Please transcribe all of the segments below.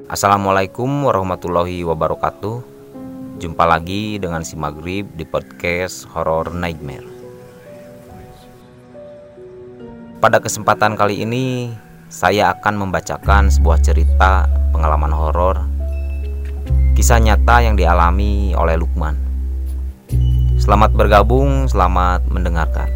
Assalamualaikum warahmatullahi wabarakatuh. Jumpa lagi dengan si Maghrib di podcast Horror Nightmare. Pada kesempatan kali ini saya akan membacakan sebuah cerita pengalaman horor, kisah nyata yang dialami oleh Lukman. Selamat bergabung, selamat mendengarkan.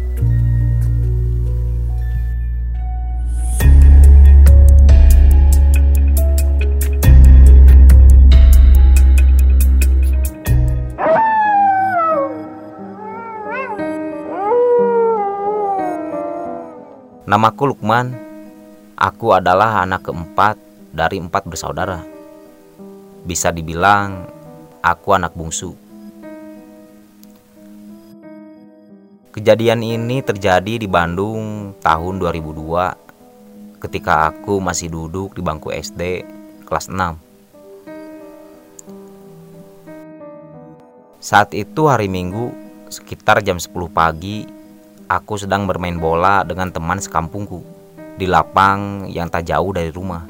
Namaku Lukman. Aku adalah anak keempat dari 4 bersaudara. Bisa dibilang aku anak bungsu. Kejadian ini terjadi di Bandung tahun 2002 ketika aku masih duduk di bangku SD kelas 6. Saat itu hari Minggu sekitar jam 10 pagi. Aku sedang bermain bola dengan teman sekampungku di lapang yang tak jauh dari rumah.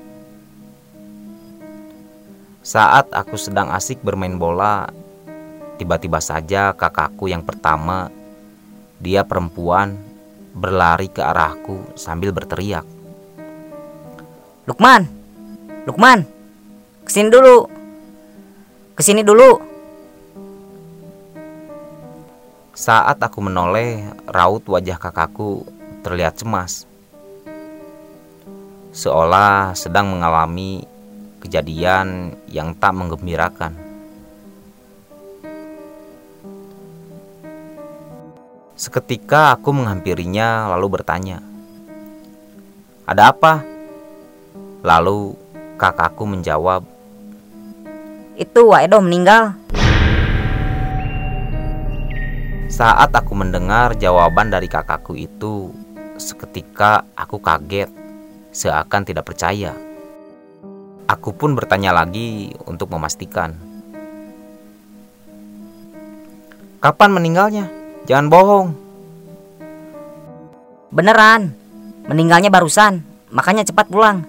Saat aku sedang asik bermain bola, tiba-tiba saja kakakku yang pertama, dia perempuan, berlari ke arahku sambil berteriak. Lukman, Lukman, kesini dulu, kesini dulu. Saat aku menoleh, raut wajah kakakku terlihat cemas, seolah sedang mengalami kejadian yang tak menggembirakan. Seketika aku menghampirinya lalu bertanya, "Ada apa?" Lalu kakakku menjawab, "Itu Wak Edo meninggal." Saat aku mendengar jawaban dari kakakku itu, seketika aku kaget, seakan tidak percaya. Aku pun bertanya lagi untuk memastikan. "Kapan meninggalnya? Jangan bohong." "Beneran, meninggalnya barusan, makanya cepat pulang."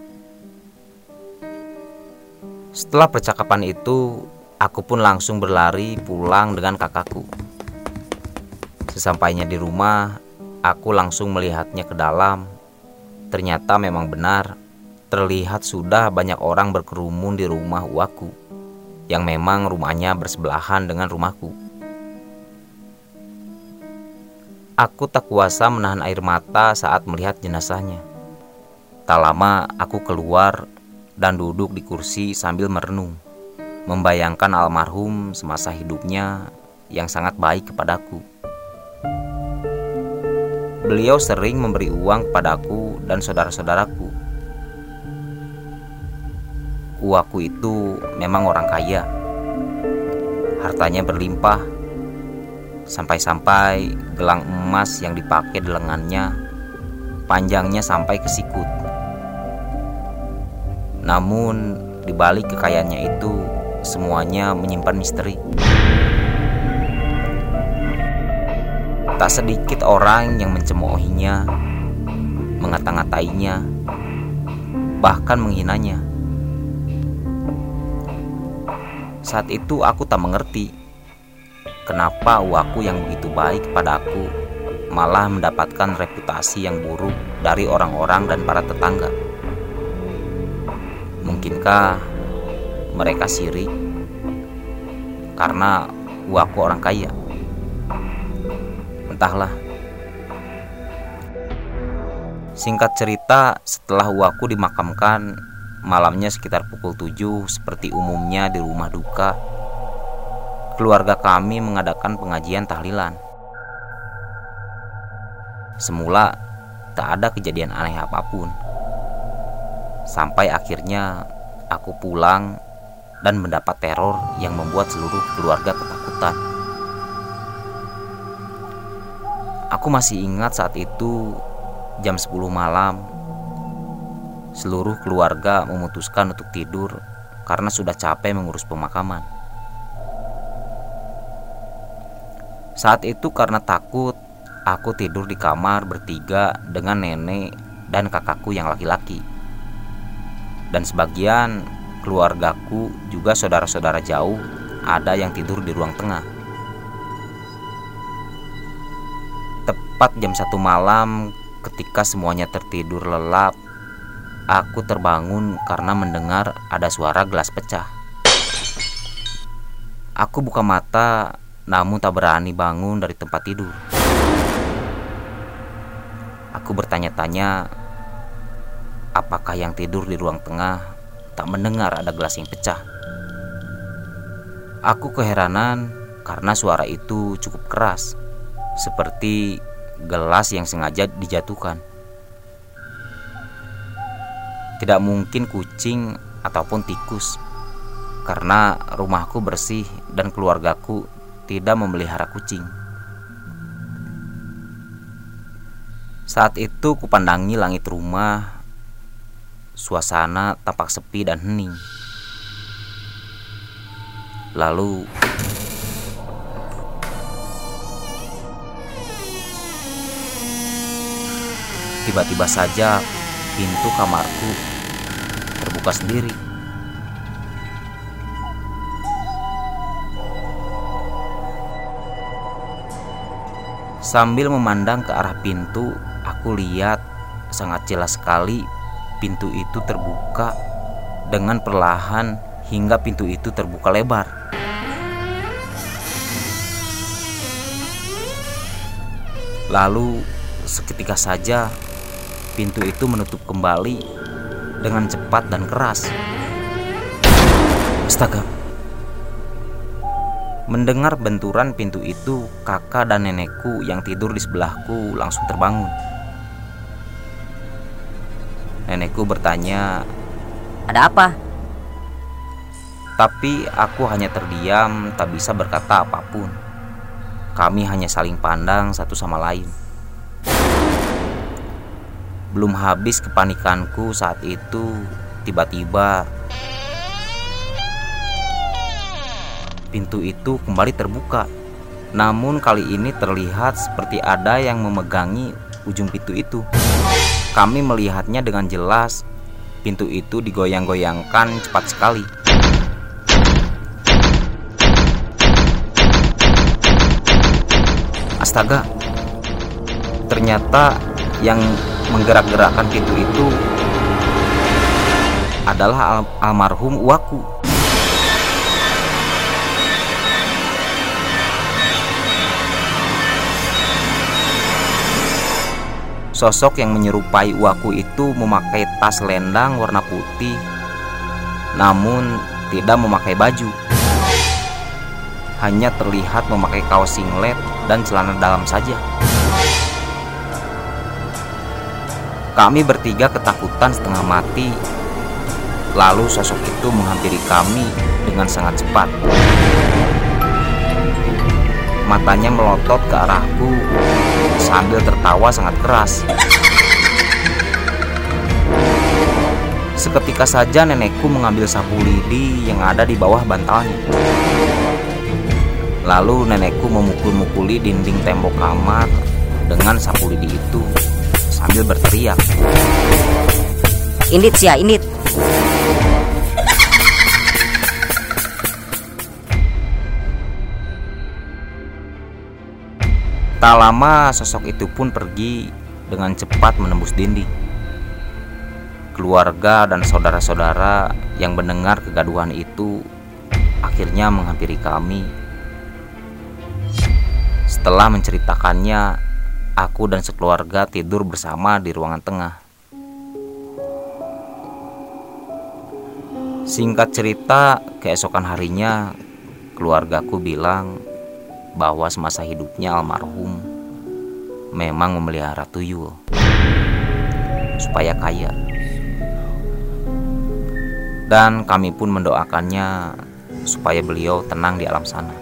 Setelah percakapan itu, aku pun langsung berlari pulang dengan kakakku. Sesampainya di rumah, aku langsung melihatnya ke dalam. Ternyata memang benar, terlihat sudah banyak orang berkerumun di rumah uaku, yang memang rumahnya bersebelahan dengan rumahku. Aku tak kuasa menahan air mata saat melihat jenazahnya. Tak lama aku keluar dan duduk di kursi sambil merenung, membayangkan almarhum semasa hidupnya yang sangat baik kepadaku. Beliau sering memberi uang kepadaku dan saudara-saudaraku. Uaku itu memang orang kaya. Hartanya berlimpah. Sampai-sampai gelang emas yang dipakai di lengannya panjangnya sampai ke sikut. Namun di balik kekayaannya itu semuanya menyimpan misteri. Tak sedikit orang yang mencemoohinya, mengata-ngatainya, bahkan menghinanya. Saat itu aku tak mengerti kenapa uaku yang begitu baik kepada aku malah mendapatkan reputasi yang buruk dari orang-orang dan para tetangga. Mungkinkah mereka sirik karena uaku orang kaya? Entahlah. Singkat cerita, setelah uaku dimakamkan, malamnya sekitar pukul 7 seperti umumnya di rumah duka, keluarga kami mengadakan pengajian tahlilan. Semula tak ada kejadian aneh apapun. Sampai akhirnya aku pulang dan mendapat teror yang membuat seluruh keluarga ketakutan. Aku masih ingat saat itu jam 10 malam. Seluruh keluarga memutuskan untuk tidur karena sudah capek mengurus pemakaman. Saat itu karena takut, aku tidur di kamar bertiga dengan nenek dan kakakku yang laki-laki. Dan sebagian keluargaku juga saudara-saudara jauh ada yang tidur di ruang tengah. Tepat jam 1 malam ketika semuanya tertidur lelap, aku terbangun karena mendengar ada suara gelas pecah. Aku buka mata namun tak berani bangun dari tempat tidur. Aku bertanya-tanya, apakah yang tidur di ruang tengah tak mendengar ada gelas yang pecah? Aku keheranan karena suara itu cukup keras, seperti gelas yang sengaja dijatuhkan. Tidak mungkin kucing ataupun tikus, karena rumahku bersih dan keluargaku tidak memelihara kucing. Saat itu kupandangi langit rumah, suasana tampak sepi dan hening. Lalu tiba-tiba saja pintu kamarku terbuka sendiri. Sambil memandang ke arah pintu, aku lihat sangat jelas sekali pintu itu terbuka dengan perlahan hingga pintu itu terbuka lebar. Lalu seketika saja pintu itu menutup kembali dengan cepat dan keras. Astaga! Mendengar benturan pintu itu, kakak dan nenekku yang tidur di sebelahku langsung terbangun. Nenekku bertanya, Ada apa? tapi aku hanya terdiam, tak bisa berkata apapun. Kami hanya saling pandang satu sama lain. Belum habis kepanikanku saat itu, tiba-tiba pintu itu kembali terbuka. Namun kali ini terlihat seperti ada yang memegangi ujung pintu itu. Kami melihatnya dengan jelas. Pintu itu digoyang-goyangkan cepat sekali. Astaga! Ternyata yang menggerak-gerakkan pintu itu adalah almarhum uwaku. Sosok yang menyerupai uwaku itu memakai tas selendang warna putih, namun tidak memakai baju. Hanya terlihat memakai kaos singlet dan celana dalam saja. Kami bertiga ketakutan setengah mati. Lalu sosok itu menghampiri kami dengan sangat cepat. Matanya melotot ke arahku sambil tertawa sangat keras. Seketika saja nenekku mengambil sapu lidi yang ada di bawah bantalnya. Lalu nenekku memukul-mukuli dinding tembok kamar dengan sapu lidi itu sambil berteriak, Indit Sia, Indit. Tak lama sosok itu pun pergi dengan cepat menembus dinding. Keluarga dan saudara-saudara yang mendengar kegaduhan itu akhirnya menghampiri kami. Setelah menceritakannya, aku dan sekeluarga tidur bersama di ruangan tengah. Singkat cerita, keesokan harinya keluargaku bilang bahwa semasa hidupnya almarhum memang memelihara tuyul supaya kaya. Dan kami pun mendoakannya supaya beliau tenang di alam sana.